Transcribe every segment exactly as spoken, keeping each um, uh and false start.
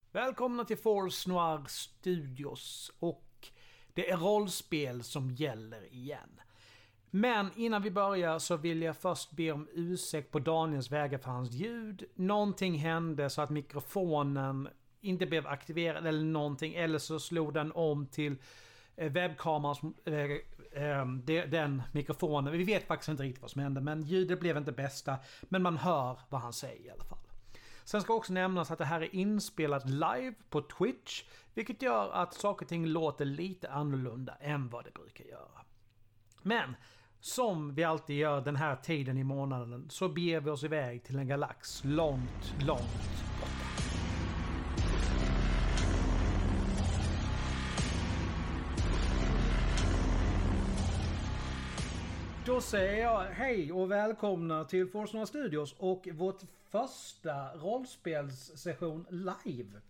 Välkomna till Force Noir Studios och det är rollspel som gäller igen. Men innan vi börjar så vill jag först be om ursäkt på Daniels vägar för hans ljud. Någonting hände så att mikrofonen inte blev aktiverad eller någonting, eller så slog den om till webbkamerans, äh, äh, den mikrofonen. Vi vet faktiskt inte riktigt vad som hände, men ljudet blev inte bästa, men man hör vad han säger i alla fall. Sen ska också nämnas att det här är inspelat live på Twitch, vilket gör att saker och ting låter lite annorlunda än vad det brukar göra. Men som vi alltid gör den här tiden i månaden så beger vi oss iväg till en galax långt, långt borta. Då säger jag hej och välkomna till Force Noir Studios och vårt första rollspelssession live.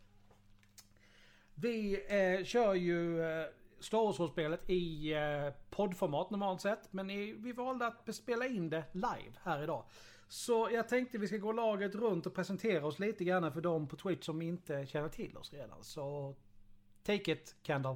Vi eh, kör ju eh, Star Wars-rollspelet i eh, poddformat normalt sett, men i, vi valde att spela in det live här idag. Så jag tänkte vi ska gå laget runt och presentera oss lite grann för de på Twitch som inte känner till oss redan. Så take it, Kendall.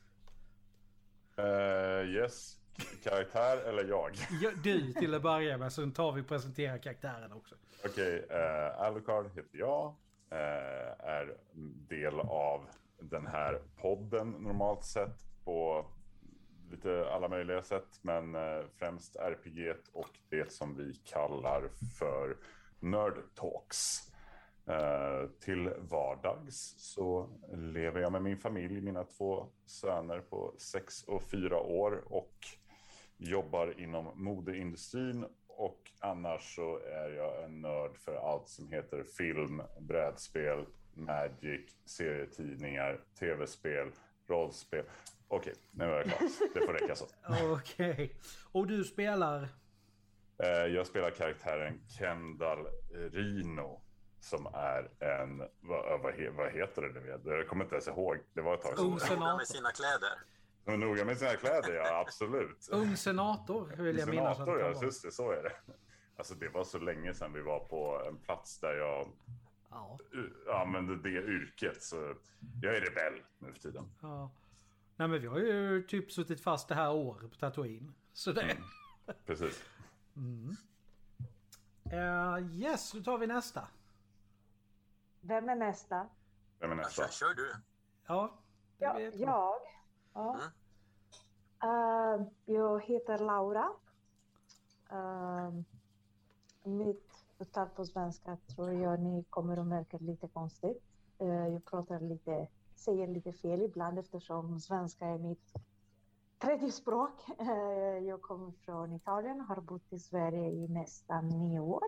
Uh, yes. Karaktär eller jag? Ja, du till att börja med, så tar vi och presenterar karaktären också. Okej, okay, uh, Alucard heter jag. Uh, är del av den här podden normalt sett på lite alla möjliga sätt. Men uh, främst R P G och det som vi kallar för Nerd Talks. Uh, till vardags så lever jag med min familj, mina två söner på sex och fyra år och jobbar inom modeindustrin, och annars så är jag en nörd för allt som heter film, brädspel, Magic, serietidningar, tv-spel, rollspel. Okej, nu är jag klar. Det får räcka så. Okej. Okay. Och du spelar? Uh, jag spelar karaktären Kendall Rino. Som är en, vad, vad, vad heter det nu? Jag kommer inte ens ihåg. Det var ett tag sedan. Ung senator. Med sina kläder. Noga med sina kläder, ja, absolut. Ung senator vill jag minnas. Senator, ja, just det, så är det. Alltså det var så länge sedan vi var på en plats där jag ja. använde det yrket. Så jag är rebell nu för tiden. Ja. Nej, men vi har ju typ suttit fast det här året på Tatooine. Så det... Mm. Precis. Mm. Uh, yes, då tar vi nästa. Vem är nästa? Vem är nästa? Ja, kör du. Ja, ja jag. Ja. Mm. Uh, jag heter Laura. Uh, mitt uttal på svenska tror jag ni kommer att märka lite konstigt. Uh, jag pratar lite, säger lite fel ibland eftersom svenska är mitt tredje språk. Uh, jag kommer från Italien och har bott i Sverige i nästan nio år.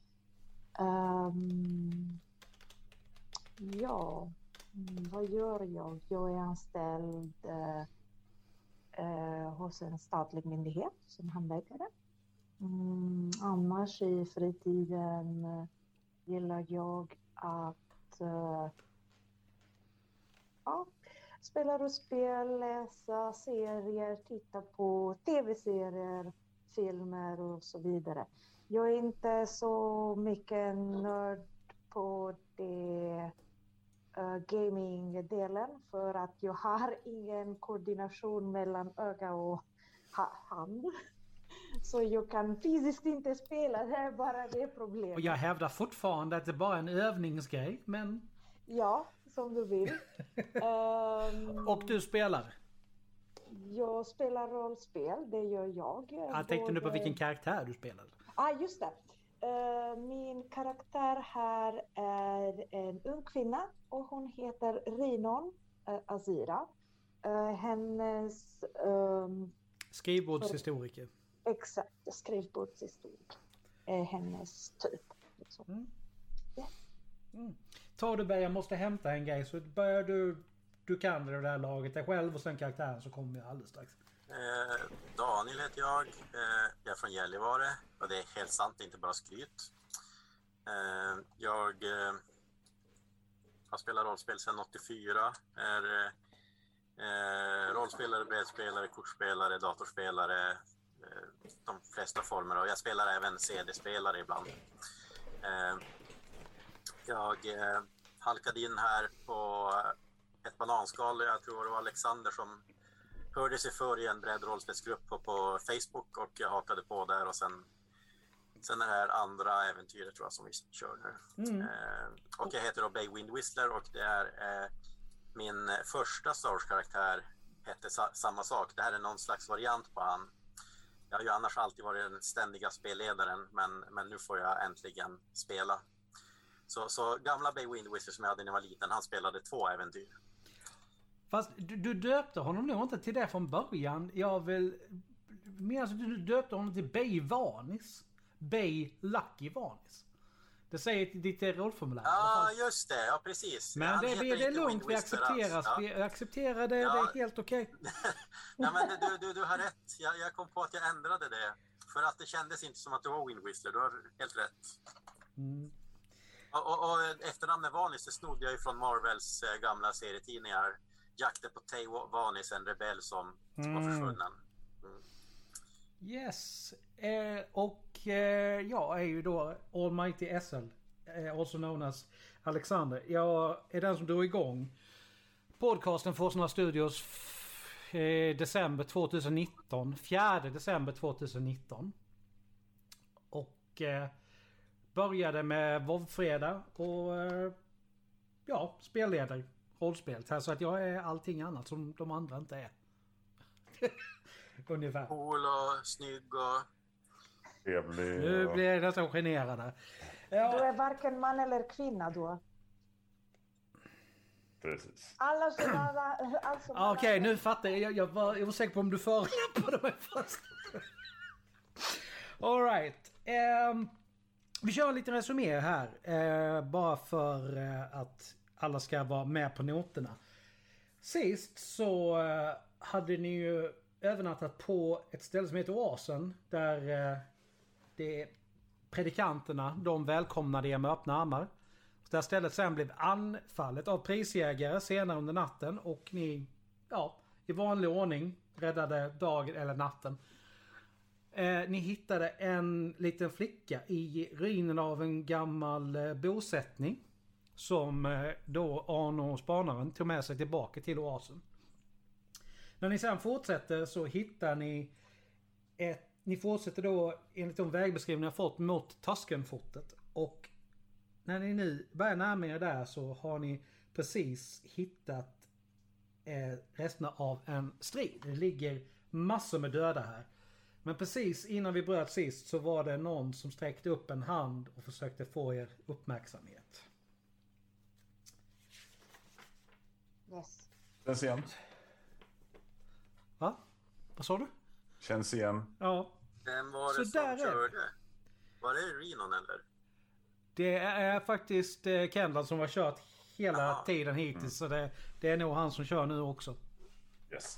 Um, Ja, vad gör jag? Jag är anställd eh, eh, hos en statlig myndighet som handläggare. Mm, annars i fritiden eh, gillar jag att eh, ja, spela rollspel, läsa serier, titta på tv-serier, filmer och så vidare. Jag är inte så mycket nörd på det uh, gaming-delen för att jag har ingen koordination mellan öga och ha- hand. Så jag kan fysiskt inte spela, det är bara det problemet. Och jag hävdar fortfarande att det bara är en övningsgrej, men... Ja, som du vill. um, och du spelar? Jag spelar rollspel, det gör jag. Jag tänkte nu på vilken karaktär du spelar. Ah, just det. Uh, min karaktär här är en ung kvinna och hon heter Rinon uh, Azira. Uh, hennes... Um, Skrivbordshistoriker. För, exakt, skrivbordshistoriker. Är hennes typ. Liksom. Mm. Yeah. Mm. Ta du börjar, jag måste hämta en grej, så börjar du... Du kan det där laget dig själv och sen karaktären, så kommer jag alldeles strax. Eh, Daniel heter jag. Eh, jag är från Gällivare. Och det är helt sant, inte bara skryt. Eh, jag eh, har spelat rollspel sedan åttiofyra. Är eh, rollspelare, brädspelare, kortspelare, datorspelare. Eh, de flesta former. Och jag spelar även C D-spelare ibland. Eh, jag... Eh, halkade in här på ett bananskal. Jag tror det var Alexander som hörde sig för i en brädrollspelsgrupp på, på Facebook och jag hakade på där och sen sen är det här andra äventyret tror jag som vi kör nu. Mm. Eh, och jag heter då Bay Wind Whistler och det är eh, min första Star Wars-karaktär hette sa- samma sak. Det här är någon slags variant på han. Jag har ju annars alltid varit den ständiga spelledaren men, men nu får jag äntligen spela. Så, så gamla Bay Wind Whistler som jag hade när jag var liten, han spelade två äventyr. Fast du, du döpte honom nog inte till det från början. Jag vill... Men alltså, du döpte honom till Bay Vanis. Bay Lucky Vanis. Det säger ditt rollformulär. Ja, just det. Ja, precis. Men Han det, heter det, det är inte lugnt, Wind vi Whistler accepterar, alls. Ja. vi accepterar det, Ja. det är helt okej. Nej, men du, du, du har rätt. Jag, jag kom på att jag ändrade det. För att det kändes inte som att det var Wind Whistler. Du har helt rätt. Mm. Och, och, och efternamnet Vanis, det snodde jag ju från Marvels eh, gamla serietidningar. Jakten på Tay Vanis, en rebell som Mm. var försvunnen. Mm. Yes. Eh, och eh, jag är ju då Almighty S L. Eh, also known as Alexander. Jag är den som drog igång podcasten Forsnara Studios f- eh, december tjugonitton. fjärde december tjugonitton. Och eh, började med WoW-fredag och eh, ja, spelledare. Rollspel. Så att jag är allting annat som de andra inte är. Ungefär. Cool och snygg och... Trevlig. Nu och- blir jag nästan generad. Du Ja, är varken man eller kvinna då. Precis. Alla som alla, alltså ah, okej, okay, nu fattar jag. Jag, jag, var, jag var säker på om du förolämpade mig först. All right. Um, vi kör en liten resumé här. Uh, bara för uh, att alla ska vara med på noterna. Sist så uh, hade ni ju övernattat på ett ställe som heter Oasen. Där uh, det är predikanterna, de välkomnade er med öppna armar. Där stället sen blev anfallet av prisjägare senare under natten och ni, ja, i vanlig ordning räddade dagen eller natten. Eh, ni hittade en liten flicka i ruinen av en gammal eh, bosättning som eh, då Arno, spanaren, tog med sig tillbaka till Oasen. När ni sen fortsätter så hittar ni ett, ni fortsätter då enligt de vägbeskrivningar jag fått mot Tusken-fortet och när ni nu börjar närma er där så har ni precis hittat eh, resterna av en strid. Det ligger massor med döda här. Men precis innan vi bröt sist så var det någon som sträckte upp en hand och försökte få er uppmärksamhet. Yes. Känns igen. Va? Vad sa du? Känns igen. Ja. Vem var Så det som där är det. körde? Var det Renon eller? Det är faktiskt eh, Kendall som har kört hela Aha. tiden hittills. Mm. Så det, det är nog han som kör nu också. Yes.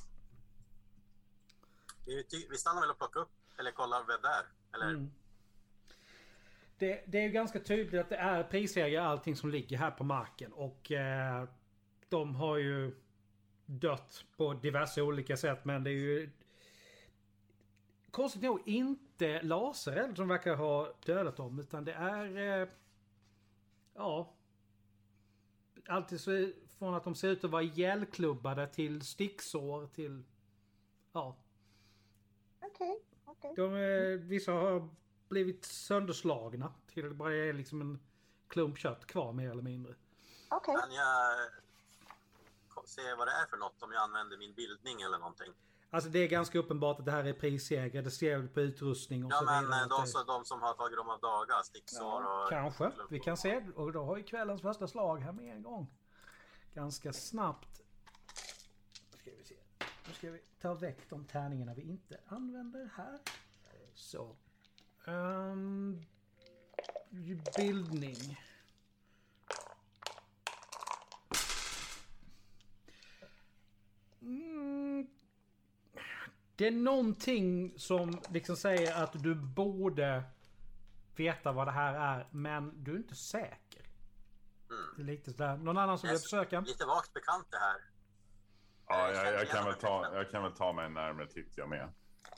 Vi, ty- vi stannar väl och plockar upp eller kollar vem det är? Eller? Mm. Det, det är ju ganska tydligt att det är prisjägare allting som ligger här på marken. Och eh, de har ju dött på diverse olika sätt. Men det är ju konstigt nog inte lasereld som verkar ha dödat dem. Utan det är eh, ja alltid så från att de ser ut att vara ihjälklubbade till sticksår till ja. Okej, okej. De, eh, vissa har blivit sönderslagna till det bara är liksom en klump kött kvar mer eller mindre. Okej. Kan jag ko- se vad det är för något om jag använder min bildning eller någonting? Alltså det är ganska uppenbart att det här är prisjägare. Det ser vi på utrustning och Ja, så men vidare. eh, att de, det- som- de som har tagit dem av dagar, sticksår Ja, och... kanske. klumpor. Vi kan se. Och då har ju kvällens första slag här med en gång. Ganska snabbt. Nu ska vi se. Nu ska vi ta väck de tärningarna vi inte använder här. Så. Um, bildning. Mm. Det är någonting som liksom säger att du borde veta vad det här är, men du är inte säker. Mm. Det är lite sådär. Någon annan som vill Yes. försöka? Lite vagt bekant det här. Ja, Jag jag, känner jag, kan igen väl de ta, tecknen. jag kan väl ta mig en närmare titt jag med.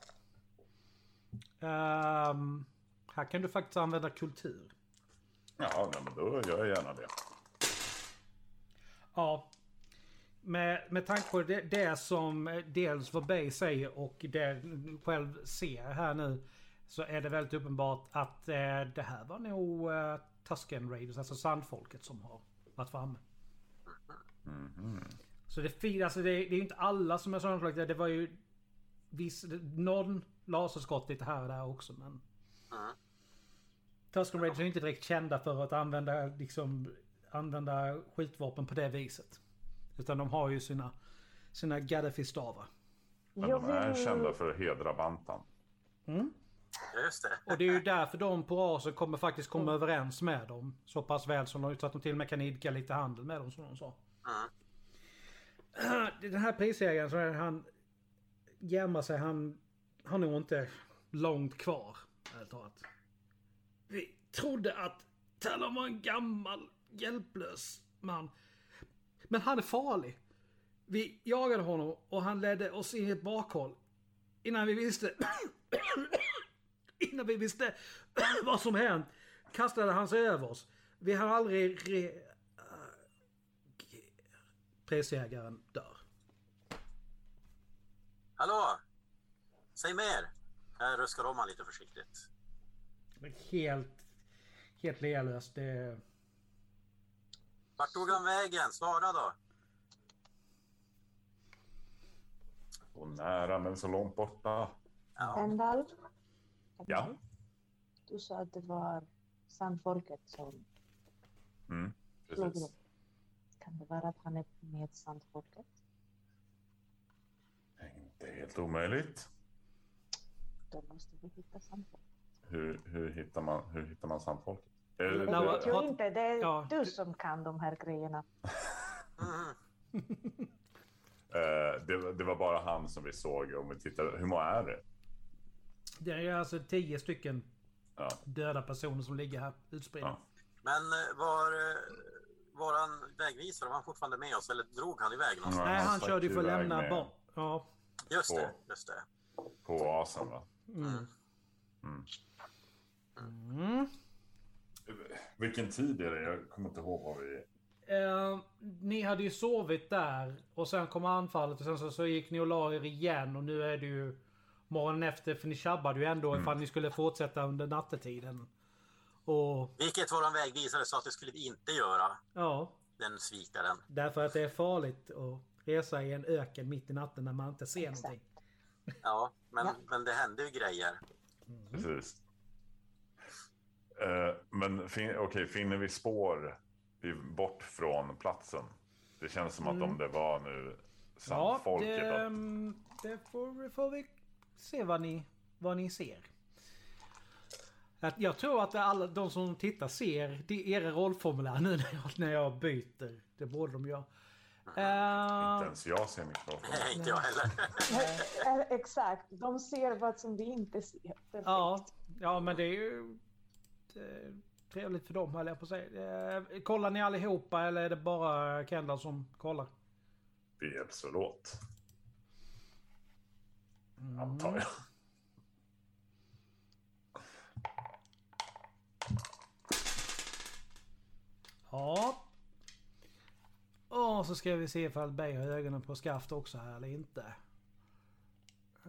Ehm, här kan du faktiskt använda kultur. Ja, nej, men då gör jag gärna det. Ja. Med, med tanke på det, det som dels vad Bay säger och det själv ser här nu, så är det väldigt uppenbart att eh, det här var nog eh, Tusken Raiders, alltså sandfolket, som har varit framme. Mm-hmm. Så det, fin- alltså det, det är ju inte alla som är sandfolket. Det var ju viss, någon laserskott lite här och där också, men Mm. Tusken Raiders är inte direkt kända för att använda liksom använda skjutvapen på det viset. Utan de har ju sina sina Gaddafi-stavar. Men Jag de är vill- kända för att hedra Bantan. Mm. Just det. Och det är ju därför de på rasen kommer faktiskt komma överens med dem. Så pass väl som de, så att de till och med kan idka lite handel med dem, som de sa. Mm. Den här prisjägaren, så är han jämrar sig, han har nog inte långt kvar. Ärligt talat. Vi trodde att Talon var en gammal hjälplös man. Men han är farlig. Vi jagade honom och han ledde oss in i ett bakhåll. Innan vi visste Innan vi visste vad som hänt kastade han sig över oss. Vi har aldrig re... Prisjägaren dör. Hallå! Säg mer! Jag ruskar om han lite försiktigt. Helt... Helt lealöst. Det... Vart tog han vägen? Svara då! Så nära men så långt borta. Ja. Pendal? Ja. Du sa att det var sandfolket som Mm, slog precis. dem. Kan det vara att han är med sandfolket? Inte helt omöjligt. Då måste vi hitta sandfolket. Hur, hur hittar man, hur hittar man samfolket? Är det, Det Laura, vet det, jag har- inte. Det är ja, du du- som kan de här grejerna. Mm. eh, det, det var bara han som vi såg. Om vi tittar, hur många är det? Det är alltså tio stycken Ja. döda personer som ligger här utspridda. Ja. Men eh, var eh, våran vägvisare, var han fortfarande med oss eller drog han iväg någonstans? Nej, han han stack körde ju för att iväg lämna med- barn. Ja. Just På- det, just det. På oasen va? Mm. Mm. Mm. Vilken tid är det? Jag kommer inte ihåg vad vi... Eh, ni hade ju sovit där och sen kom anfallet och sen så, så gick ni och la er igen och nu är det ju morgonen efter, för ni tjabbade ju ändå ifall ni skulle fortsätta under nattetiden. Och Vilket våran vägvisare sa att det skulle vi inte göra, ja, den svikaren. därför att det är farligt att resa i en öken mitt i natten när man inte ser Exakt. någonting. Ja, men, Ja. men det hände ju grejer. Precis. Eh, men fin, okej, finner vi spår i, bort från platsen? Det känns som att om det var nu Ja, samfolket. det, att, mm, det får, får vi se vad ni, vad ni ser. Att jag tror att alla de som tittar ser det, era rollformulär nu när jag, när jag byter. Det borde de göra. inte Uh, ens jag ser mikrofon. Nej, inte jag heller. Eh, Exakt. De ser vad som vi inte ser. Perfekt. ja, ja, men det är ju det är trevligt för dem, höll jag på att säga. Eh, kollar ni allihopa eller är det bara Kendall som kollar? Vi hjälps väl åt. Mm. Antar jag. Ja. Och så ska vi se ifall Bay har ögonen på skaft också här eller inte. Uh...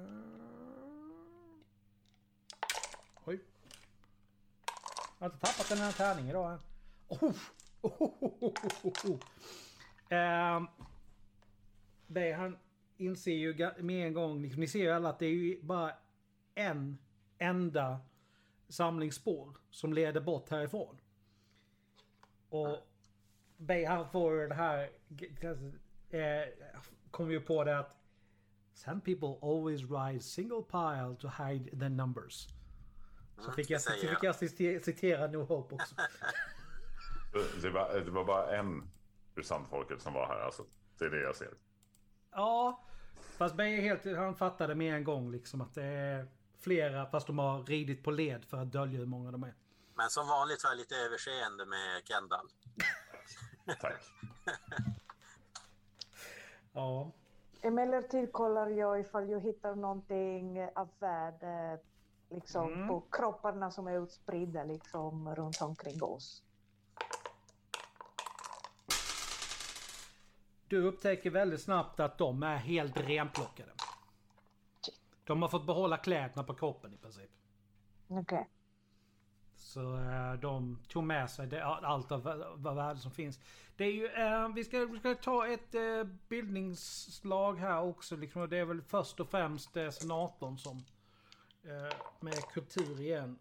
Oj. Jag har inte tappat den här tärningen idag. Här. Oh. Oh, oh, oh, oh, oh. Uh, Bay han inser ju ga- med en gång, liksom, ni ser ju alla att det är ju bara en enda samlingsspår som leder bort härifrån. Och Bay han får det här, eh, kommer ju på det att some people always ride single pile to hide their numbers. Så Mm, fick det jag, så säger fick jag citera, citera New Hope också. Det var, det var bara en ur samfolket som var här. Alltså, det är det jag ser. Ja, fast Bay är helt, han fattade med en gång liksom att det är flera fast de har ridit på led för att dölja hur många de är. Men som vanligt så är jag lite överseende med Kendall. Tack. Ja. Emellertid kollar jag ifall jag hittar någonting av värde liksom, Mm. på kropparna som är utspridda liksom, runt omkring oss. du upptäcker väldigt snabbt att de är helt renplockade. De har fått behålla kläderna på kroppen i princip. Okej. Okay. Så eh, de tog med sig det, allt av vad värde som finns. Det är ju, eh, vi, ska, vi ska ta ett eh, bildningsslag här också. Liksom, det är väl först och främst eh, senatorn som eh, med kultur igen.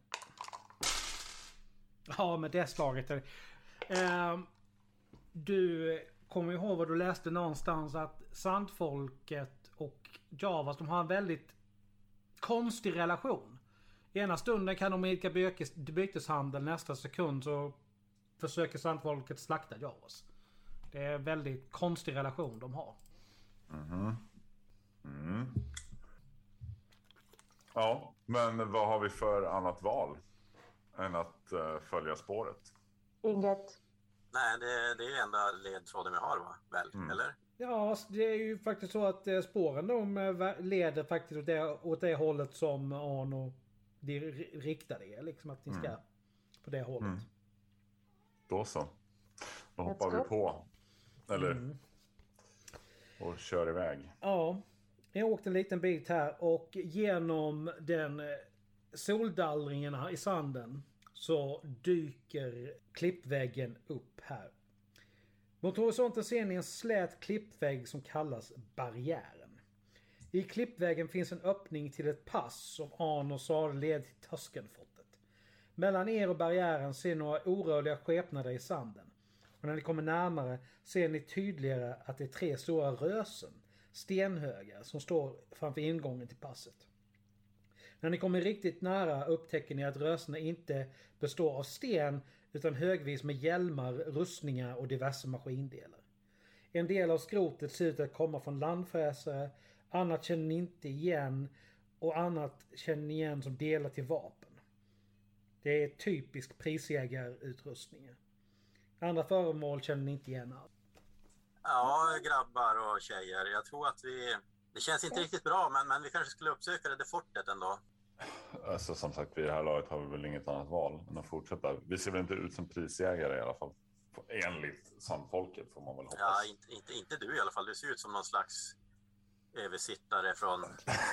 Ja, med det slaget. Eh, du kommer ihåg vad du läste någonstans att sandfolket och Javas, de har en väldigt konstig relation. Ena stunden kan de idka byteshandel, nästa sekund så försöker sandfolket slakta Javas. Det är en väldigt konstig relation de har. Mm. Mm. Ja, men vad har vi för annat val än att uh, följa spåret? Inget. Nej, det, det är enda ledtråden vi har, va? Väl, mm. eller? Ja, det är ju faktiskt så att eh, spåren de leder faktiskt åt det, åt det hållet som Arno de riktade er. Liksom att ni ska mm. på det hållet. Mm. Då så. Då hoppar vi på. Eller? Mm. Och kör iväg. Ja. Jag åkte en liten bit här och genom den soldallringen i sanden så dyker klippväggen upp här. Mot horisonten ser ni en slät klippvägg som kallas barriären. I klippväggen finns en öppning till ett pass som Arno sa led till Töskenfortet. Mellan er och barriären ser några orörliga skepnader i sanden. Och när ni kommer närmare ser ni tydligare att det är tre stora rösen, stenhögar, som står framför ingången till passet. När ni kommer riktigt nära upptäcker ni att röserna inte består av sten utan högvis med hjälmar, rustningar och diverse maskindelar. En del av skrotet ser ut att komma från landfräsare, annat känner ni inte igen och annat känner ni igen som delar till vapen. Det är typisk prisjägarutrustningar. Andra föremål känner ni inte igen alls. Ja, grabbar och tjejer. Jag tror att vi... Det känns inte riktigt bra, men, men vi kanske skulle uppsöka det där fortet ändå. Alltså som sagt, vid det här laget har vi väl inget annat val än att fortsätta. Vi ser väl inte ut som prisjägare i alla fall. Enligt sandfolket får man väl hoppas. Ja, inte, inte, inte du i alla fall. Du ser ut som någon slags översittare från...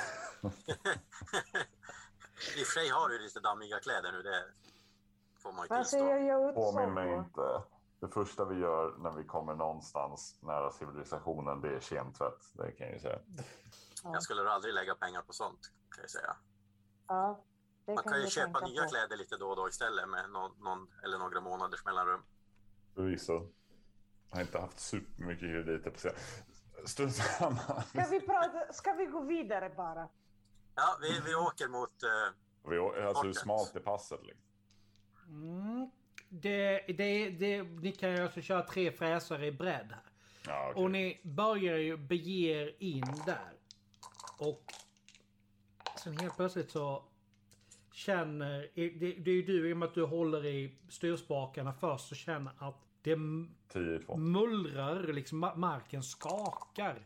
I och för sig har du lite dammiga kläder nu, det får man ju tillstå. Påminn mig inte. Det första vi gör när vi kommer någonstans nära civilisationen, det är kemtvätt. Det kan jag ju säga. Ja. Jag skulle aldrig lägga pengar på sånt, kan jag säga. Ja, man kan, kan ju köpa nya på. kläder lite då och då istället med någon, någon eller några månaders mellanrum. Förvisso. Jag har inte haft supermycket krediter på sig. Strunt samma. Ska vi prata, ska vi gå vidare bara? Ja, vi, vi åker mot... Uh, vi å, alltså hur smalt är passet liksom? Mm. Det, det, det, ni kan ju alltså köra tre fräsare i bredd här. Ja, okay. Och ni börjar ju bege er in där. Och sen helt plötsligt så känner... Det, det är ju du, i och med att du håller i styrspakarna först, så känner att det tio, mullrar, liksom marken skakar.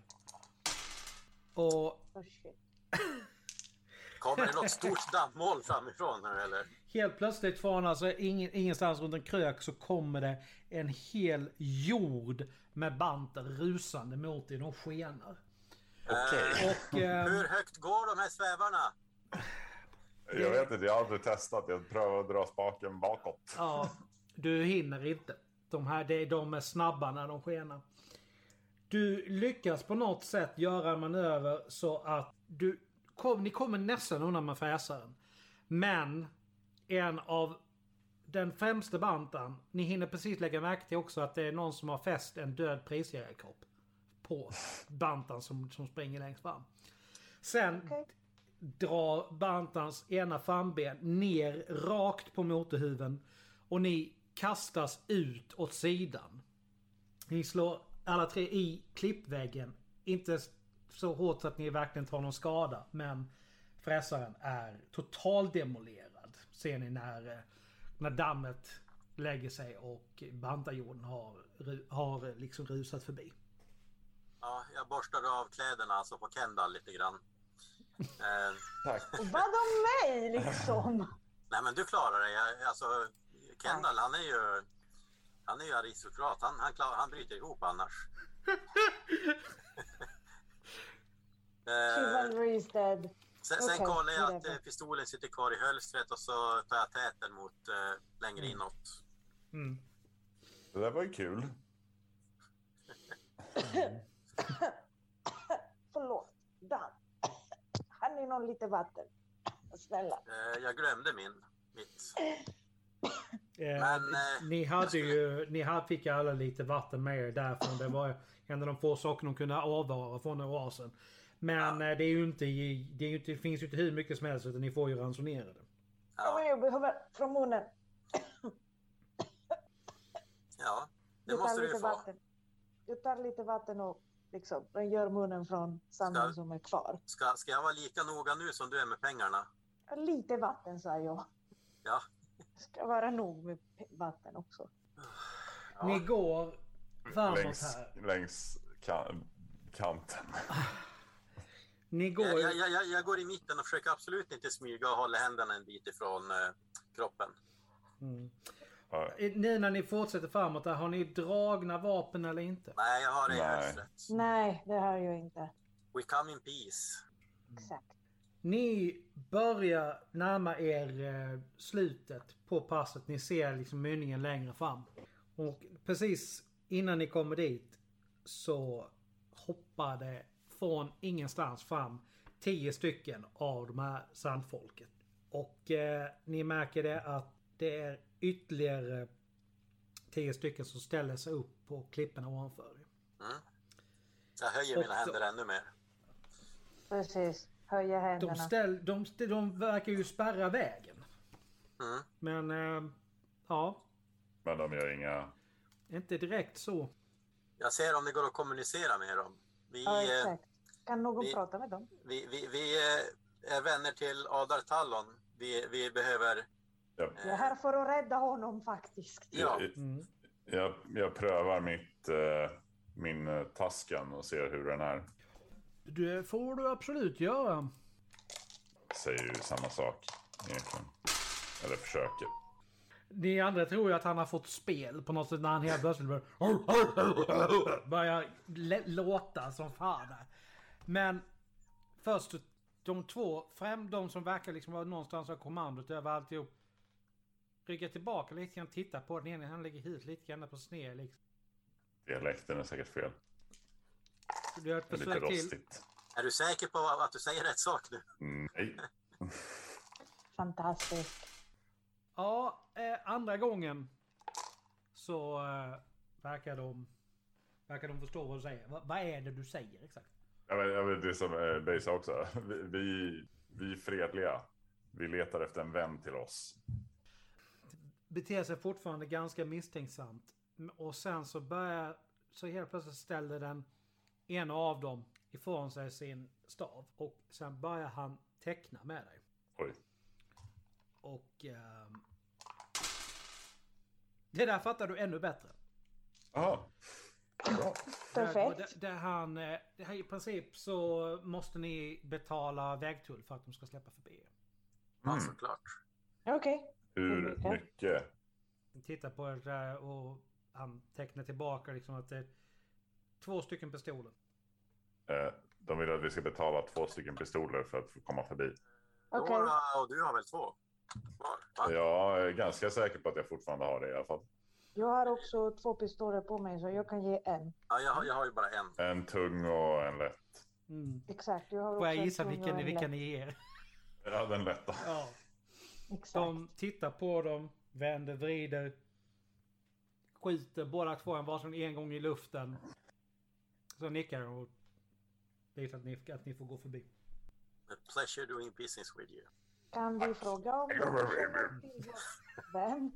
Och... Oh, shit. Kommer det något stort dammoln framifrån nu eller? Helt plötsligt från alltså ingen, ingenstans runt en krök så kommer det en hel jord med banter rusande mot er. De skenar. Okej. Och, eh, hur högt går de här svävarna? Jag vet inte, jag har aldrig testat. Jag prövar att dra spaken bakåt. Ja, du hinner inte. De här, det, de är snabba när de skenar. Du lyckas på något sätt göra en manöver så att du kom, ni kommer nästan undan med fräsaren. Men en av den främsta bantan, ni hinner precis lägga märke till också att det är någon som har fäst en död prisjägarkropp på bantan som, som springer längst fram. Sen okay. drar bantans ena framben ner rakt på motorhuven och ni kastas ut åt sidan. Ni slår alla tre i klippväggen. Inte så hårt så att ni verkligen tar någon skada, men fräsaren är totaldemolerad. Ser ni när, när dammet lägger sig och bantajorden har, har liksom rusat förbi. Ja, jag borstade av kläderna alltså på Kendall lite grann. Eh, Tack. Vadå mig liksom? Nej men du klarar det. Jag, alltså, Kendall han är ju Han är ju aristokrat. Han, han, klar, han bryter ihop annars. Chivalry is dead. Sen, sen Okej, kollar jag det är att bra. eh, pistolen sitter kvar i hölstret och så tar jag täten mot eh, längre inåt. Mm. Det där var ju kul. Förlåt. Dan. Har ni någon lite vatten? Snälla. Eh, jag glömde min. Mitt. Eh, Men, eh, ni hade ju, ni hade, fick alla lite vatten med er därifrån. Det var en av de få saker de kunde avvara från oasen. Men Ja. eh, det är ju inte, det, är ju inte, det finns ju inte hur mycket som helst utan ni får ju ransonera det. Ja, men Ja, jag behöver från munnen. ja, det Jag tar måste du lite ju få. vatten. Jag tar lite vatten och liksom rengör munnen från sanden Ska- som är kvar. Ska, ska jag vara lika noga nu som du är med pengarna? Lite vatten, sa jag. Ja. Det ska vara nog med pe- vatten också. Ja. Ni går framåt Längs, här. längs kan, kanten. Ni går Jag, ju... jag, jag, jag går i mitten och försöker absolut inte smyga och hålla händerna en bit ifrån eh, kroppen. Mm. Ja, Nu när ni fortsätter framåt där, har ni dragna vapen eller inte? Nej, jag har det i Nej. hölstret. Nej, det har jag inte. We come in peace. Exakt. Ni börjar närma er eh, slutet på passet. Ni ser liksom mynningen längre fram. Och precis innan ni kommer dit så hoppar det från ingenstans fram tio stycken av de här sandfolket. Och eh, ni märker det att det är ytterligare tio stycken som ställer sig upp på klipporna ovanför er. Mm. Jag höjer Och mina så- händer ännu mer. Precis. Höja De, händerna. ställ, de, stä- de verkar ju spärra vägen. Mm. Men eh, ja, men de gör inga... inte direkt så. Jag ser om det går att kommunicera med dem. Vi, Ja, eh, exakt. Kan någon vi- prata med dem? vi, vi, vi eh, är vänner till Adar Tallon. Vi, vi behöver... Jag, Jag är här för att rädda honom faktiskt. Ja. Mm. jag, jag prövar mitt, eh, min eh, taskan och ser hur den är. Det får du absolut göra. Säger ju samma sak egentligen. Eller försöker. Ni andra tror ju att han har fått spel på något sätt när han helt plötsligt börjar, börjar lä- låta som fan där. Men först de två, främ de som verkar liksom vara någonstans av kommandot över alltihop. Ryggar tillbaka lite grann, tittar på den ena, han lägger hit lite grann på sned liksom. Dialekten är säkert fel. Du har ett Det är lite försök till. rostigt. Är du säker på att du säger rätt sak nu? Nej. Fantastiskt. Ja, eh, andra gången så eh, verkar de verkar de förstå vad du säger. Va, vad är det du säger exakt? Jag vet, jag vet det som eh, Bey sa också. Vi, vi, vi är fredliga. Vi letar efter en vän till oss. Beter sig fortfarande ganska misstänksamt. Och sen så börjar, så helt plötsligt ställer den ena av dem ifrån sig sin stav. Och sen börjar han teckna med dig. Oj. Och ehm, det där fattar du ännu bättre. Jaha. Bra. Perfekt. Där, där han, eh, det här, i princip så måste ni betala vägtull för att de ska släppa förbi er. Ja, Mm. såklart. Okej. Hur Olika. mycket? Ni tittar på er där och han tecknar tillbaka liksom att det är två stycken pistoler. Eh, de vill att vi ska betala två stycken pistoler för att få komma förbi. Okej. Dora, och du har väl två kvar? Va? Jag är ganska säker på att jag fortfarande har det i alla fall. Jag har också två pistoler på mig så jag kan ge en. Ja, jag, har- jag har ju bara en. En tung och en lätt. Mm. Exakt. Jag har Får också jag en gissa tung och vilken, en vilken lätt. ni ger? Ja, den lätta. Ja. Exakt. De tittar på dem, vänder, vrider, skjuter båda två en varsin en gång i luften. Så nickar de och visar att ni, att ni får gå förbi. A pleasure doing business with you. Kan vi fråga om de känner till vår vän?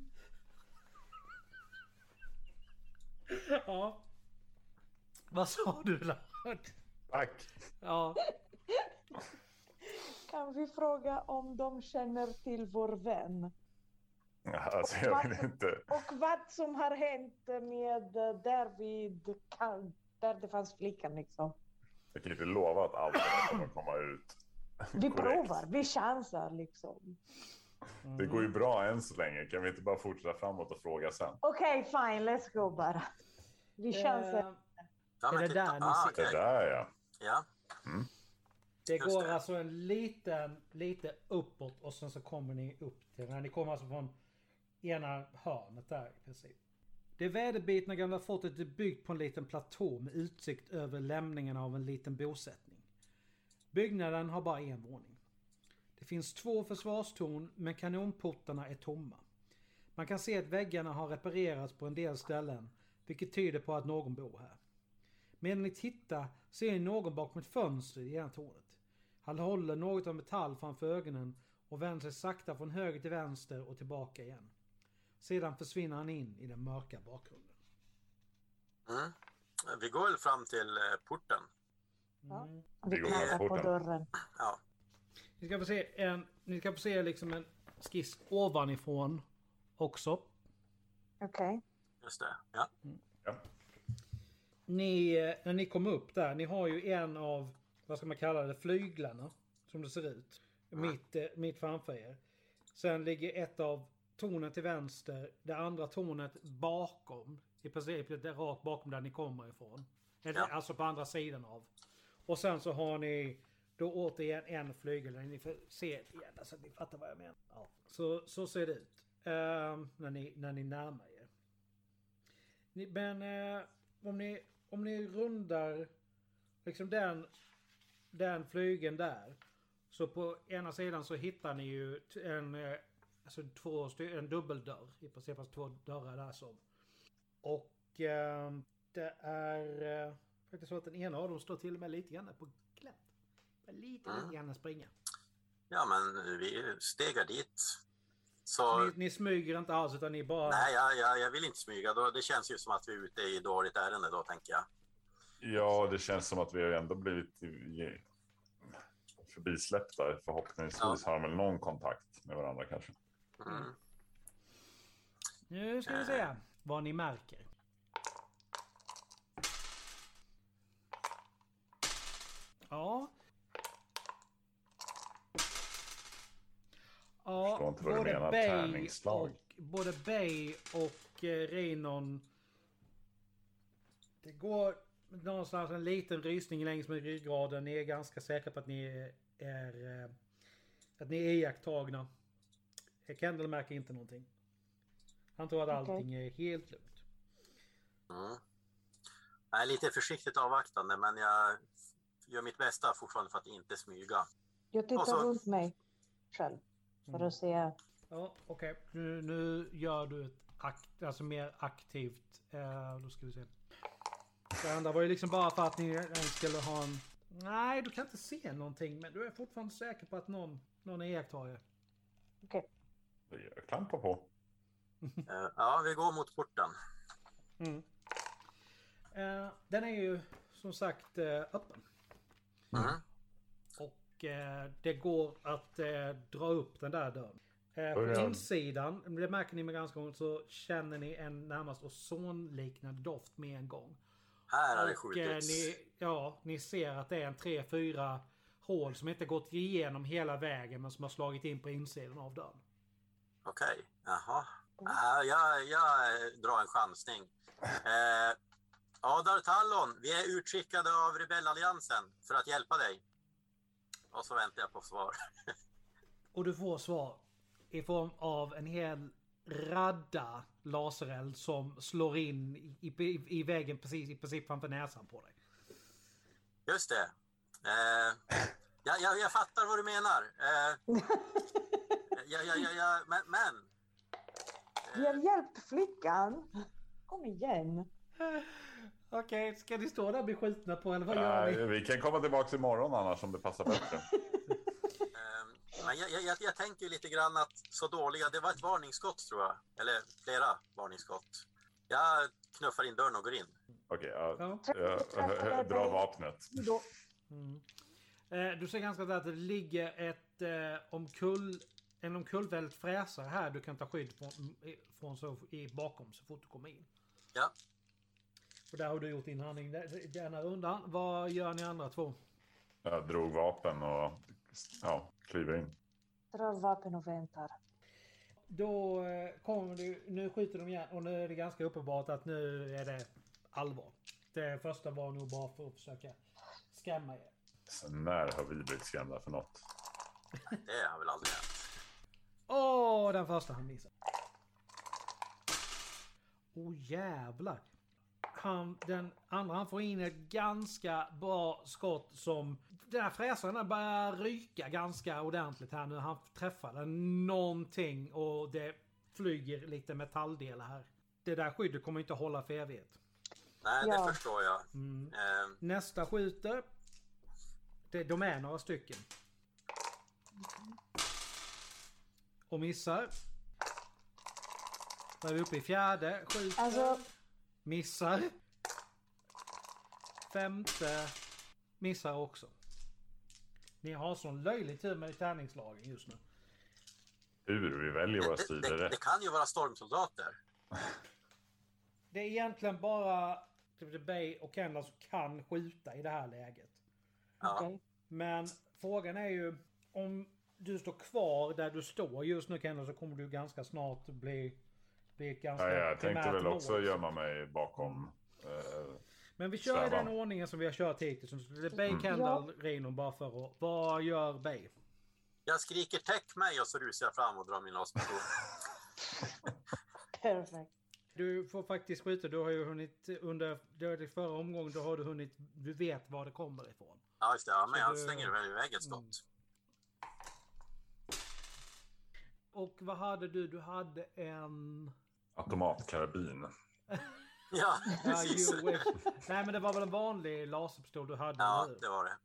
Ja. Vad sa du Lennart? Tack. Ja. Kan vi fråga om de känner till vår vän? Alltså jag vill inte. Och vad som har hänt med där vid där det fanns flickan liksom. Jag kan inte lova att allt kommer komma ut. Vi korrekt. provar, vi chansar liksom. Det går ju bra än så länge. Kan vi inte bara fortsätta framåt och fråga sen? Okej, okay, fine, let's go bara. Vi känns... Eh, Ja, men är det titta. där ni Ah, ser? okej. Det där ja. Ja. Mm. Det Just går det. alltså en liten, lite uppåt och sen så kommer ni upp till den. Ni kommer alltså från ena hörnet där i princip. Det väderbitna gamla fortet är byggt på en liten platå med utsikt över lämningen av en liten bosättning. Byggnaden har bara en våning. Det finns två försvarstorn men kanonportarna är tomma. Man kan se att väggarna har reparerats på en del ställen, vilket tyder på att någon bor här. Medan ni tittar ser ni någon bakom ett fönster i ena tornet. Han håller något av metall framför ögonen och vänder sig sakta från höger till vänster och tillbaka igen. Sedan försvinner han in i den mörka bakgrunden. Mm. Vi går väl fram till eh, porten. Mm. Vi Vi går knackar med på porten. dörren. Ja. Ni ska få se en, ni ska få se liksom en skiss ovanifrån också. Okej. Just det. Ja. ja. Ni, eh, när ni kommer upp där, ni har ju en av, vad ska man kalla det, flyglarna som det ser ut. Mitt, eh, mitt framför er. Sen ligger ett av tornen till vänster, det andra tornet bakom. I princip det är rakt bakom där ni kommer ifrån. Eller, Ja. Alltså på andra sidan av. Och sen så har ni då återigen en flygel. Ni får se det igen, alltså ni fattar vad jag menar. Ja. Så, så ser det ut. Ehm, när, ni, när ni närmar er. Ni, men eh, om, ni, om ni rundar liksom den, den flygeln där. Så på ena sidan så hittar ni ju t- en, eh, alltså två sty- en dubbeldörr. I princip alltså två dörrar där som. Och eh, det är eh, faktiskt så att den ena av dem står till och med lite grann på glänt. Lite, lite grann springa. Ja, men vi stegar dit. Så... Ni, ni smyger inte alls utan ni bara... Nej, jag, jag, jag vill inte smyga. Då, det känns ju som att vi är ute i dåligt ärende då, tänker jag. Ja, det känns som att vi har ändå blivit i- förbisläppta. Förhoppningsvis Ja. har de väl någon kontakt med varandra kanske. Mm. Nu ska vi se vad ni märker. Ja. Ja, Förstår inte vad du både menar, Bay tärningsslag. och, både Bay och eh, Reinon. Det går någonstans en liten rysning längs med ryggraden. Ni är ganska säkra på att ni är, är eh, att ni är iakttagna. Kendall märker inte någonting. Han tror att Okej. allting är helt lugnt. Mm. Jag är lite försiktigt avvaktande, men jag gör mitt bästa fortfarande för att inte smyga. Jag tittar Och så- runt mig själv för att se. Ja, okej. Nu, nu gör du ett akt, alltså mer aktivt. Eh, då ska vi se. Det andra var ju liksom bara för att ni ens skulle ha en... Nej, du kan inte se någonting. Men du är fortfarande säker på att någon, någon är iakttagare. Okej. Jag klampar på. Eh, Ja, vi går mot porten. Mm. Eh, den är ju som sagt eh, öppen. Mm. Och eh, det går att eh, dra upp den där dörren. Eh, på Börja. insidan, det märker ni med ganska gång, så känner ni en närmast ozonliknande doft med en gång. Här har det Och eh, skjutits. ni, ja, ni ser att det är en tre, fyra hål som inte gått igenom hela vägen men som har slagit in på insidan av dörren. Okej, jaha. Ja, jag, jag eh, drar en chansning. Eh, Adar Tallon, vi är utskickade av Rebellalliansen för att hjälpa dig. Och så väntar jag på svar. Och du får svar i form av en hel radda lasereld som slår in i, i, i väggen precis, i princip framför näsan på dig. Just det. Eh, jag, jag, jag fattar vad du menar. Eh, ja, ja, ja, ja, men... men Vi har hjälpt flickan. Kom igen. Okej, ska ni stå där beskjutna på eller vad gör Nej, ni? vi kan komma tillbaka imorgon annars om det passar bättre. eh, men jag, jag, jag tänker ju lite grann att så dåliga... Det var ett varningsskott, tror jag. Eller flera varningsskott. Jag knuffar in dörren och går in. Okej, ja, Ja. jag, jag drar vapnet. Då. Mm. Eh, du ser ganska att det ligger ett eh, omkull, en omkullvält fräsare här du kan ta skydd från, från så, i, bakom så fort du kommer in. Ja. Och där har du gjort din handling denna rundan. Vad gör ni andra två? Jag drog vapen och ja, kliver in. Drar vapen och väntar. Då eh, kommer du, nu skjuter de igen och nu är det ganska uppenbart att nu är det allvar. Det första var nog bara för att försöka skrämma er. Så när har vi blivit skrämda för något? Det har väl aldrig hänt. Åh, den första han missar. Åh jävlar. Han, den andra han får in ett ganska bra skott som... Den här fräsaren börjar ryka ganska ordentligt här nu. Han träffade någonting och det flyger lite metalldelar här. Det där skyddet kommer inte hålla för evighet. Nej, Ja. det förstår jag. Mm. Eh, Nästa skjuter. Det, de är några stycken. Och missar. Då är vi uppe i fjärde. Skjuter. Alltså, Missar. Femte. Missar också. Ni har sån löjlig tur med tärningslagen just nu. Hur vi väljer våra det, strider det, det rätt. kan ju vara stormsoldater. Det är egentligen bara typ Bay och Kendall som kan skjuta i det här läget. Ja. okej. Men frågan är ju om du står kvar där du står just nu Kendall så kommer du ganska snart bli, bli ett ganska Ja, jag tänkte primärt väl mål. också gömma mig bakom. Eh, Men vi kör i Strävan. den ordningen som vi har kört hittills. Det är Bay, Mm. Kendall, Reinon bara för att... Vad gör Bay? Jag skriker täck mig och så rusar jag fram och drar min låspistol. Perfekt. Du får faktiskt skjuta. Du har ju hunnit under... Det var det förra omgången. Då har du hunnit... Du vet var det kommer ifrån. Ja, just det. Ja, men Så jag du- slänger väl iväg ett skott. Och vad hade du? Du hade en... automatkarabin. Ja, Ja, precis. you wish. Nej, men det var väl en vanlig laserpistol du hade? Ja, eller hur? det var det.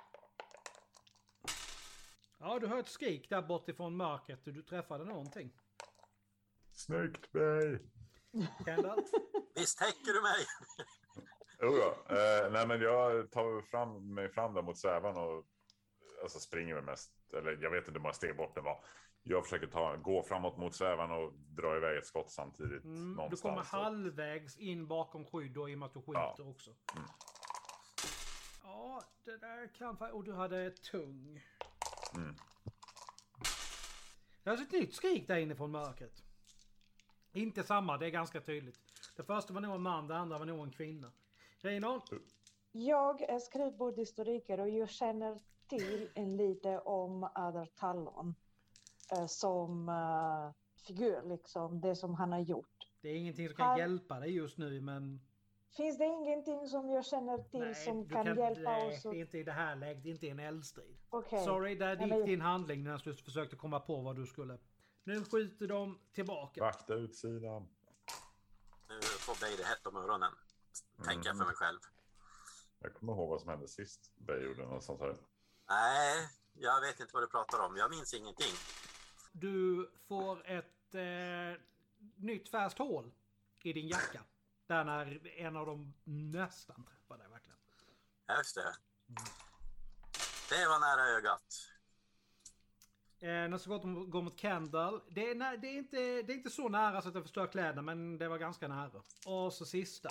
Ja, du hör ett skrik där bort ifrån mörkret. Du träffade någonting. Snyggt mig! Kendall? Visst täcker du mig? Jo då. Eh, nej men jag tar fram mig fram där mot svävan och alltså springer väl mest. Eller jag vet inte hur många steg bort det var. Jag försöker ta, gå framåt mot svävan och dra iväg ett skott samtidigt. Mm, du någonstans. kommer halvvägs in bakom skydd och i och med att du skjuter Ja. också. Mm. Ja, det där kan... fa- Och du hade tung. Mm. Det är ett nytt skrik där inne från mörkret. Inte samma, det är ganska tydligt. Det första var nog en man, det andra var nog en kvinna. Reinon? Jag är skrivbordshistoriker och jag känner till en lite om Adar Tallon eh, som eh, figur, liksom det som han har gjort. Det är ingenting som kan Han- hjälpa dig just nu, men... Finns det ingenting som jag känner till Nej, som du kan, hjälpa nej, oss? att- inte i det här läget, inte i en eldstrid. Okej. Sorry, där Nej, gick men- din handling när du försökte komma på vad du skulle. Nu skjuter de tillbaka. Vakta utsidan. Nu får Bay det hett om öronen. Tänker jag för Mm. mig själv. Jag kommer ihåg vad som hände sist. Bay gjorde något sånt här. Nej, jag vet inte vad du pratar om. Jag minns ingenting. Du får ett eh, nytt färskt hål i din jacka. Där när en av dem nästan träffar dig verkligen. Ja, just det. Det var nära ögat. Eh, nästa gång de går mot Kendall. Det är, nä- det, är inte, det är inte så nära så att det förstör kläderna, men det var ganska nära. Och så sista.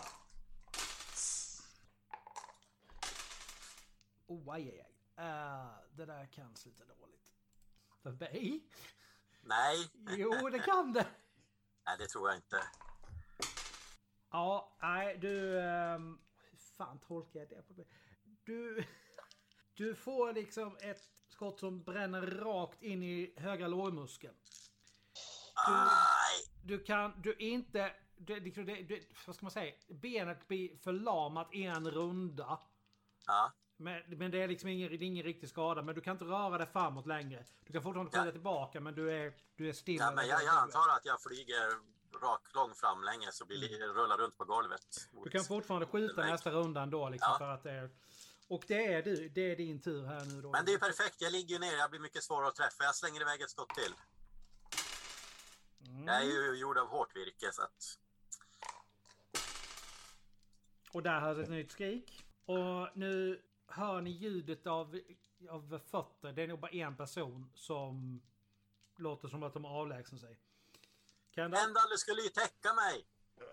Oh, aj, aj, aj. Eh, det där känns lite dåligt. För Bay? Nej, Jo, det kan det. nej, det tror jag inte. Ja, nej, du... Um, hur fan tolkar jag det på? Du... Du får liksom ett skott som bränner rakt in i högra lårmuskeln. Aj! Du kan... Du inte... Du, liksom, det, du, vad ska man säga? Benet blir förlamat i en runda. Ja, Men, men det är liksom ingen, det är ingen riktig skada. Men du kan inte röra dig framåt längre. Du kan fortfarande skjuta Ja. tillbaka, men du är, du är stilla. ja men jag, jag antar att jag flyger rakt långt fram länge så blir rullar runt på golvet. Du kan fortfarande skjuta Nej. nästa runda ändå liksom, Ja. för att det är... Och det är du. Det är din tur här nu då. Men det är ju perfekt, jag ligger ju ner, jag blir mycket svårare att träffa. Jag slänger iväg ett skott till. Mm. Jag är ju gjord av hårt virke så att... Och där har ett nytt skrik. Och nu hör ni ljudet av, av fötter. Det är nog bara en person som låter som att de avlägsnar sig. Kendall? Kendall, du skulle ju täcka mig!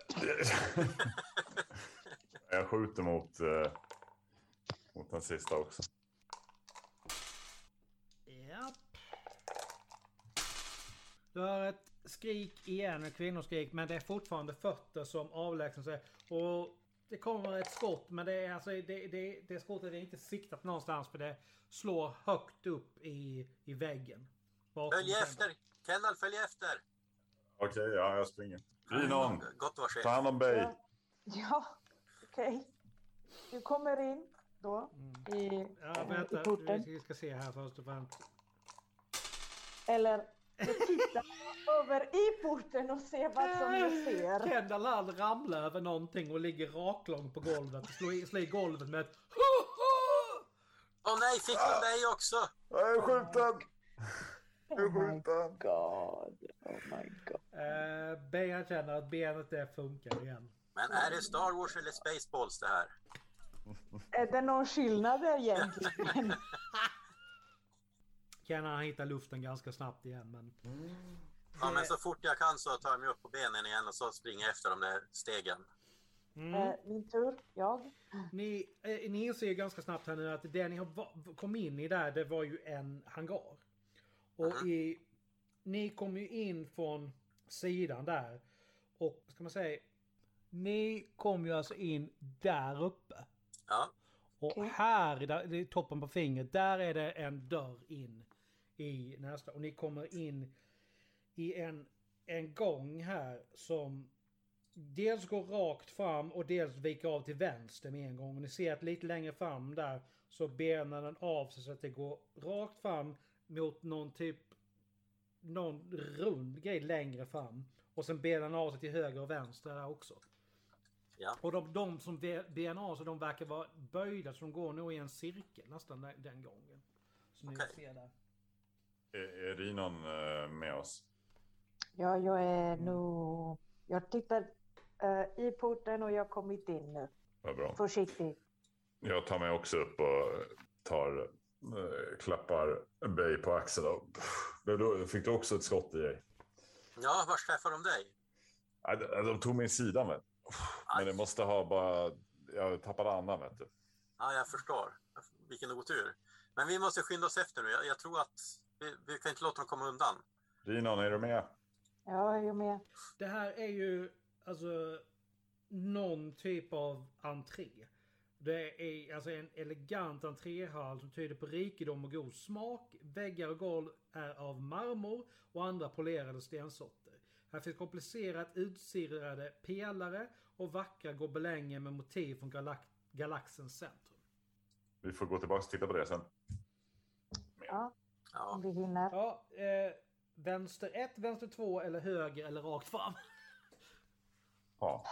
Jag skjuter mot, eh, mot den sista också. Japp. Du har ett skrik igen, en kvinnoskrik, men det är fortfarande fötter som avlägsnar sig. Och det kommer ett skott, men det är alltså det, det, det skottet är inte siktat någonstans, för det slår högt upp i, i väggen. Följ efter! Kendall, följ efter! Okej, okay, ja, jag springer. Rinon! Gott var chef. Ta hand om Bay. Ja, ja okej. Okay. Du kommer in då mm. i, ja, vänta, i porten. Vi ska se här först och främst. Eller du tittar över i porten och ser vad som du ser. Kendall han ramlar över någonting och ligger raklång på golvet och slår i, slår i golvet med ett åh oh, nej, fick du dig också? Jag är skjuten! Jag är skjuten! Oh my god, oh my god. Uh, Ben känner att benet det funkar igen. Men är det Star Wars eller Spaceballs det här? Är det någon skillnad egentligen? Kan han hitta luften ganska snabbt igen, men... Mm. Ja, men så fort jag kan så tar jag mig upp på benen igen och så springer jag efter de där stegen. Mm. Eh, min tur, jag. Ni, eh, ni inser ganska snabbt här nu att det ni har kom in i där, det var ju en hangar. Och mm. i, ni kom ju in från sidan där. Och ska man säga, ni kom ju alltså in där uppe. Ja. Och okay. här, där, i toppen på fingret, där är det en dörr in i nästa. Och ni kommer in i en, en gång här som dels går rakt fram och dels viker av till vänster med en gång. Och ni ser att lite längre fram där så benar den av sig så att det går rakt fram mot någon typ någon rund grej längre fram. Och sen benar den av sig till höger och vänster där också. Ja. Och de, de som benar av sig, de verkar vara böjda så de går nog i en cirkel nästan den, den gången. Som okay. ni ser där. Är, är Rinon uh, med oss? Ja, jag är nog... Jag tittar uh, i porten och jag har kommit in nu. Vad bra. Försiktigt. Jag tar mig också upp och tar, uh, klappar Bay på axeln. Då fick du också ett skott i dig. Ja, var träffade de dig? Ja, de, de tog mig i sidan, men, men det måste ha bara... Jag tappade andan, vet du. Ja, jag förstår. Vilken otur. Men vi måste skynda oss efter nu. Jag, jag tror att vi, vi kan inte låta dem komma undan. Rinon, är du med? Ja, jag är med. Det här är ju alltså någon typ av entré. Det är alltså en elegant entréhall som tyder på rikedom och god smak. Väggar och golv är av marmor och andra polerade stensorter. Här finns komplicerat utsirrade pelare och vackra gobelänger med motiv från galax galaxens centrum. Vi får gå tillbaka och titta på det sen. Ja, om vi hinner. Ja, eh, vänster ett, vänster två eller höger eller rakt fram. Ja.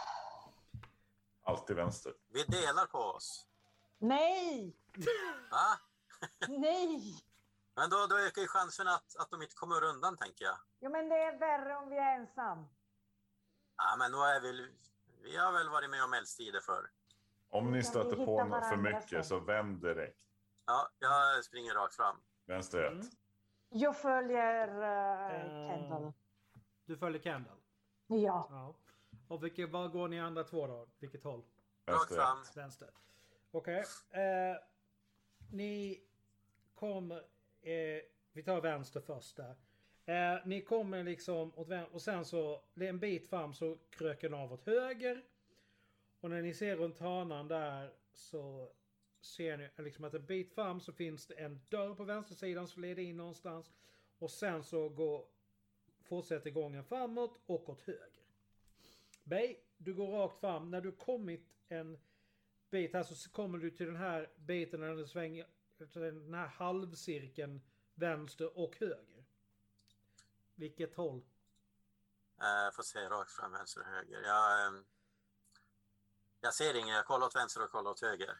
Alltid vänster. Vi delar på oss. Nej! Va? Nej! Men då, då ökar ju chansen att, att de inte kommer undan, tänker jag. Jo, men det är värre om vi är ensam. Ja, men då är vi... Vi har väl varit med om eldstider för. Om ni stöter på något för mycket sen. Så vänd direkt. Ja, jag springer rakt fram. Vänster ett. Mm. Jag följer uh, Kendall. Du följer Kendall? Ja. Ja. Och vilket, var går ni andra två då? Vilket håll? Rakt fram. Vänster. Okej. Okay. Eh, ni kommer... Eh, vi tar vänster först där. Eh, ni kommer liksom åt vänster och sen så en bit fram så kröker den av åt höger. Och när ni ser runt hörnan där så ser ni liksom att en bit fram så finns det en dörr på vänstersidan som leder in någonstans. Och sen så går, fortsätter gången framåt och åt höger. Bay, du går rakt fram. När du kommit en bit här så kommer du till den här biten när du svänger den här halvcirkeln vänster och höger. Vilket håll? Jag får se rakt fram, vänster och höger. Jag, ähm, jag ser ingen. Jag kollar åt vänster och kollar åt höger.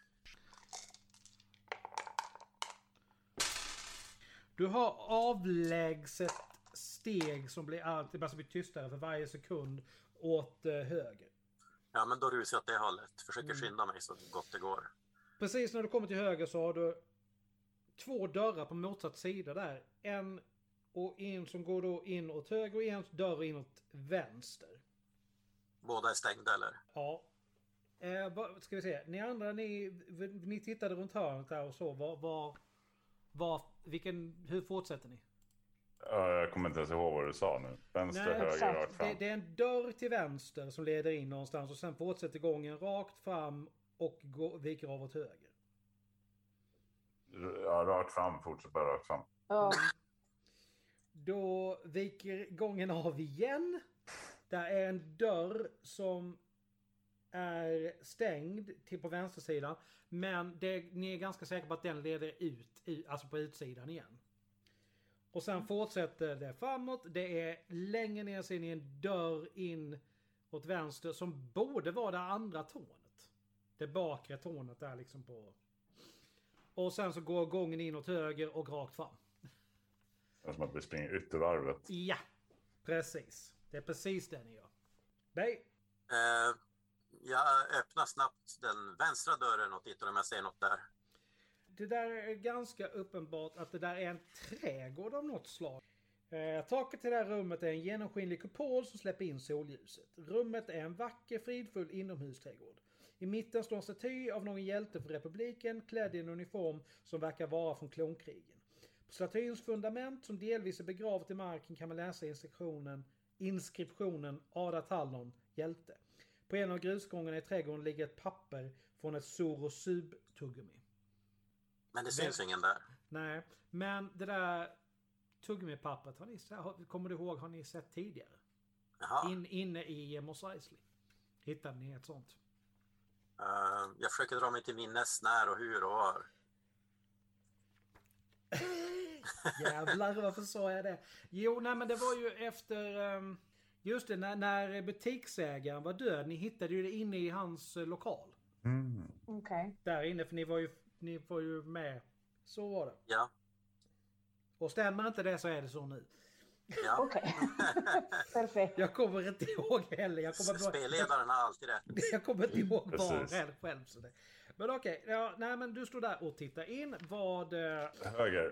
Du har avlägset steg som blir allt det blir tystare för varje sekund åt eh, höger. Ja, men då rusar jag åt det hållet. Försöker mm. skynda mig så gott det går. Precis när du kommer till höger så har du två dörrar på motsatt sida där. En och en som går då in åt höger och en dörr in åt vänster. Båda är stängda eller? Ja. Eh, vad ska vi se? Ni andra, ni, ni tittade runt hörnet där och så. Var, var, var, vilken, hur fortsätter ni? Jag kommer inte ens ihåg vad du sa nu. Vänster, Nej, höger, exakt. rakt fram. Det, det är en dörr till vänster som leder in någonstans och sen fortsätter gången rakt fram och gå, viker av åt höger. Ja, rakt fram, fortsätt bara rakt fram. Ja. Då viker gången av igen. Där är en dörr som är stängd till på vänstersidan. Men det, ni är ganska säkra på att den leder ut, i, alltså på utsidan igen. Och sen fortsätter det framåt. Det är längre ner sig in i en dörr in åt vänster som borde vara det andra tornet. Det bakre tornet där liksom på. Och sen så går gången in åt höger och rakt fram. Det är som att vi springer yttervarvet. Ja, precis. Det är precis det ni gör. Nej. Eh, jag öppnar snabbt den vänstra dörren och tittar om jag ser något där. Det där är ganska uppenbart att det där är en trädgård av något slag. Eh, taket till det här rummet är en genomskinlig kupol som släpper in solljuset. Rummet är en vacker, fridfull inomhusträdgård. I mitten står en staty av någon hjälte för republiken klädd i en uniform som verkar vara från klonkrigen. På statyns fundament som delvis är begravt i marken kan man läsa inskriptionen, inskriptionen Ada Tallon, hjälte. På en av grusgångarna i trädgården ligger ett papper från ett Sorosub-tuggummi. Men det Det- syns ingen där. Nej, men det där tuggummi-pappret, har ni, har- kommer du ihåg, har ni sett tidigare? Jaha. In, inne i Mos Eisley. Hittade ni ett sånt? Eh, jag försöker dra mig till minnes när och hur och var. Jävlar, varför sa jag det? Jo, nej men det var ju efter... ehm, just det, när, när butiksägaren var död. Ni hittade ju det inne i hans eh, lokal. Mm. Okej. Där inne, för ni var ju, ni var ju med. Så var det. Ja, Och stämmer inte det så är det så nu. ja. Okej. Perfekt. Jag kommer inte ihåg heller. Jag kommer, bara- Spelledaren har alltid rätt. jag kommer inte ihåg vad Precis. själv, själv. Så det. Men okej, ja, nej men du står där och tittar in. Vad... eh, Höger.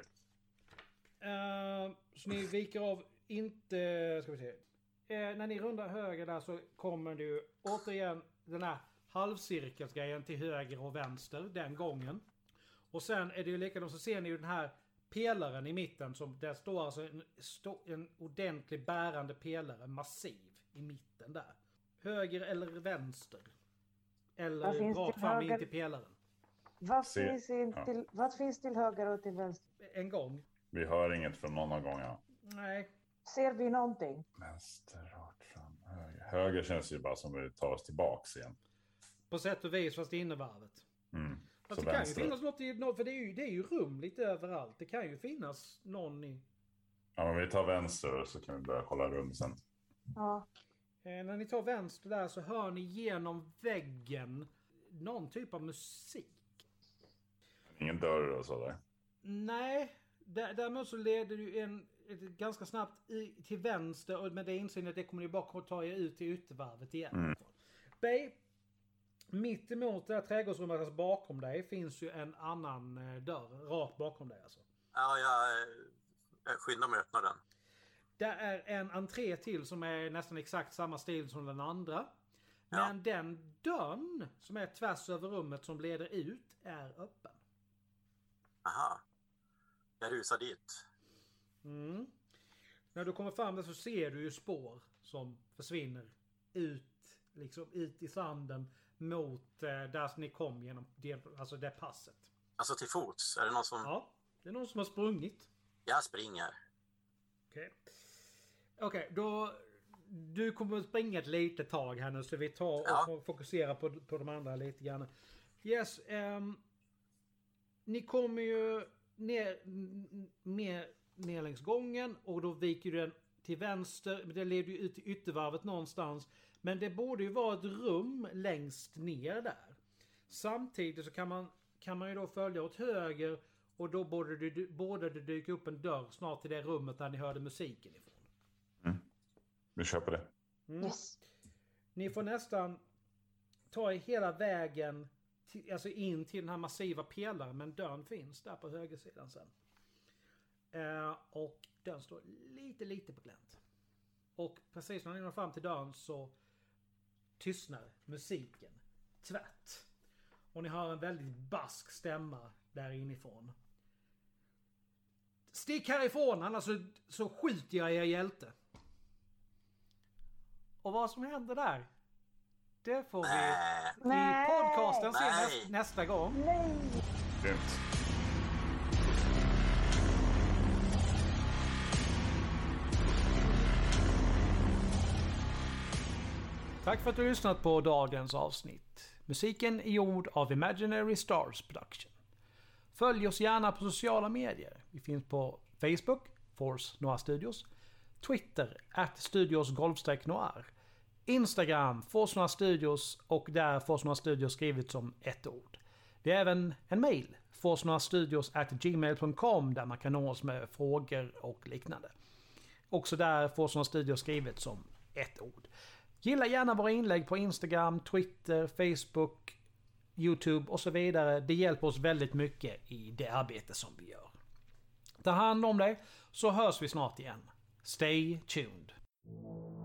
Uh, så ni viker av inte, ska vi se. Uh, när ni rundar höger där så kommer du återigen den här halvcirkelsgrejen till höger och vänster den gången. Och sen är det ju likadant, så ser ni ju den här pelaren i mitten som där står alltså en, stå, en ordentlig bärande pelare, massiv i mitten där. Höger eller vänster? Vad Eller finns rakt till fram in höger? till pelaren? Vad Se- finns, in ja. till, vad finns till höger och till vänster? En gång? Vi hör inget från någon av gångerna. Nej. Ser vi någonting? Vänster, rakt fram, höger. Höger känns ju bara som vi tar oss tillbaks igen. På sätt och vis fast innevarvet. Mm. Fast Så det kan ju vänster. finnas något i, något, för det är, ju, det är ju rum lite överallt. Det kan ju finnas någon i... Ja, men vi tar vänster så kan vi börja kolla rum sen. Ja. Eh, när ni tar vänster där så hör ni genom väggen någon typ av musik. Ingen dörr och sådär. Nej, där, däremot så leder du en, ett, ganska snabbt i, till vänster och med det insynen att det kommer ni bara ta er ut till yttervarvet igen. Mm. Bay, mitt emot det här trädgårdsrummet, alltså bakom dig, finns ju en annan eh, dörr rakt bakom dig alltså. Ja, jag, eh, jag skyndar mig att öppna den. Det är en entré till som är nästan exakt samma stil som den andra. Ja. Men den dörren som är tvärs över rummet som leder ut är öppen. Aha. Jag rusar dit. Mm. När du kommer fram där så ser du ju spår som försvinner ut, liksom ut i sanden mot eh, där ni kom genom det, alltså det passet. Alltså till fots. Är det någon som... Ja, det är någon som har sprungit. Jag springer. Okej. Okej, då... Du kommer att springa ett litet tag här nu så vi tar och Ja. får fokusera på, på de andra lite grann. Yes, ehm, ni kommer ju ner, n- mer ner längs gången och då viker du den till vänster. Det leder ju ut till yttervarvet någonstans. Men det borde ju vara ett rum längst ner där. Samtidigt så kan man, kan man ju då följa åt höger och då borde det, borde det dyka upp en dörr snart till det rummet där ni hörde musiken ifrån. Vi kör på det. Mm. Yes. Ni får nästan ta er hela vägen till, alltså in till den här massiva pelaren, men dörren finns där på högersidan sen. Eh, och dörren står lite, lite på glänt. Och precis när ni når fram till dörren så tystnar musiken tvärt. Och ni har en väldigt bask stämma där inifrån. Stick härifrån, annars så, så skjuter jag er hjälte. Och vad som händer där, det får vi Nej. i podcasten se Nej. näst, nästa gång. Nej! Grymt. Tack för att du har lyssnat på dagens avsnitt. Musiken är gjord av Imaginary Stars Production. Följ oss gärna på sociala medier. Vi finns på Facebook, Force Noir Studios, Twitter, at Studios golfstreck Noir, Instagram, Force Noir Studios och där Force Noir Studios skrivit som ett ord. Vi har även en mail, forcenoirstudios at gmail punkt com, där man kan nå oss med frågor och liknande. Också där Force Noir Studios skrivit som ett ord. Gilla gärna våra inlägg på Instagram, Twitter, Facebook, YouTube och så vidare. Det hjälper oss väldigt mycket i det arbete som vi gör. Ta hand om dig, så hörs vi snart igen. Stay tuned.